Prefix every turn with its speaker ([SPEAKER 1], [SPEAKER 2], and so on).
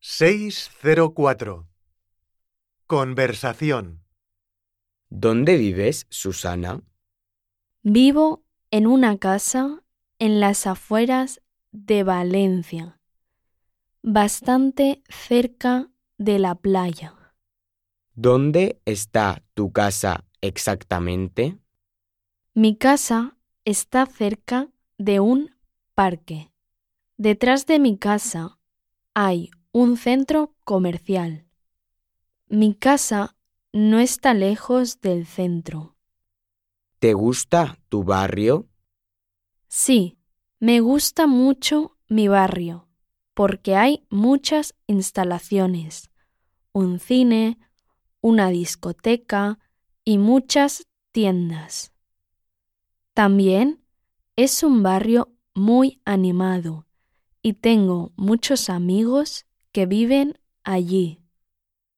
[SPEAKER 1] 604. Conversación.
[SPEAKER 2] ¿Dónde vives, Susana?
[SPEAKER 3] Vivo en una casa en las afueras de Valencia, bastante cerca de la playa.
[SPEAKER 2] ¿Dónde está tu casa exactamente?
[SPEAKER 3] Mi casa está cerca de un parque. Detrás de mi casa hay un centro comercial. Mi casa no está lejos del centro.
[SPEAKER 2] ¿Te gusta tu barrio?
[SPEAKER 3] Sí, me gusta mucho mi barrio, porque hay muchas instalaciones, un cine, una discoteca y muchas tiendas. También es un barrio muy animado y tengo muchos amigos que viven allí.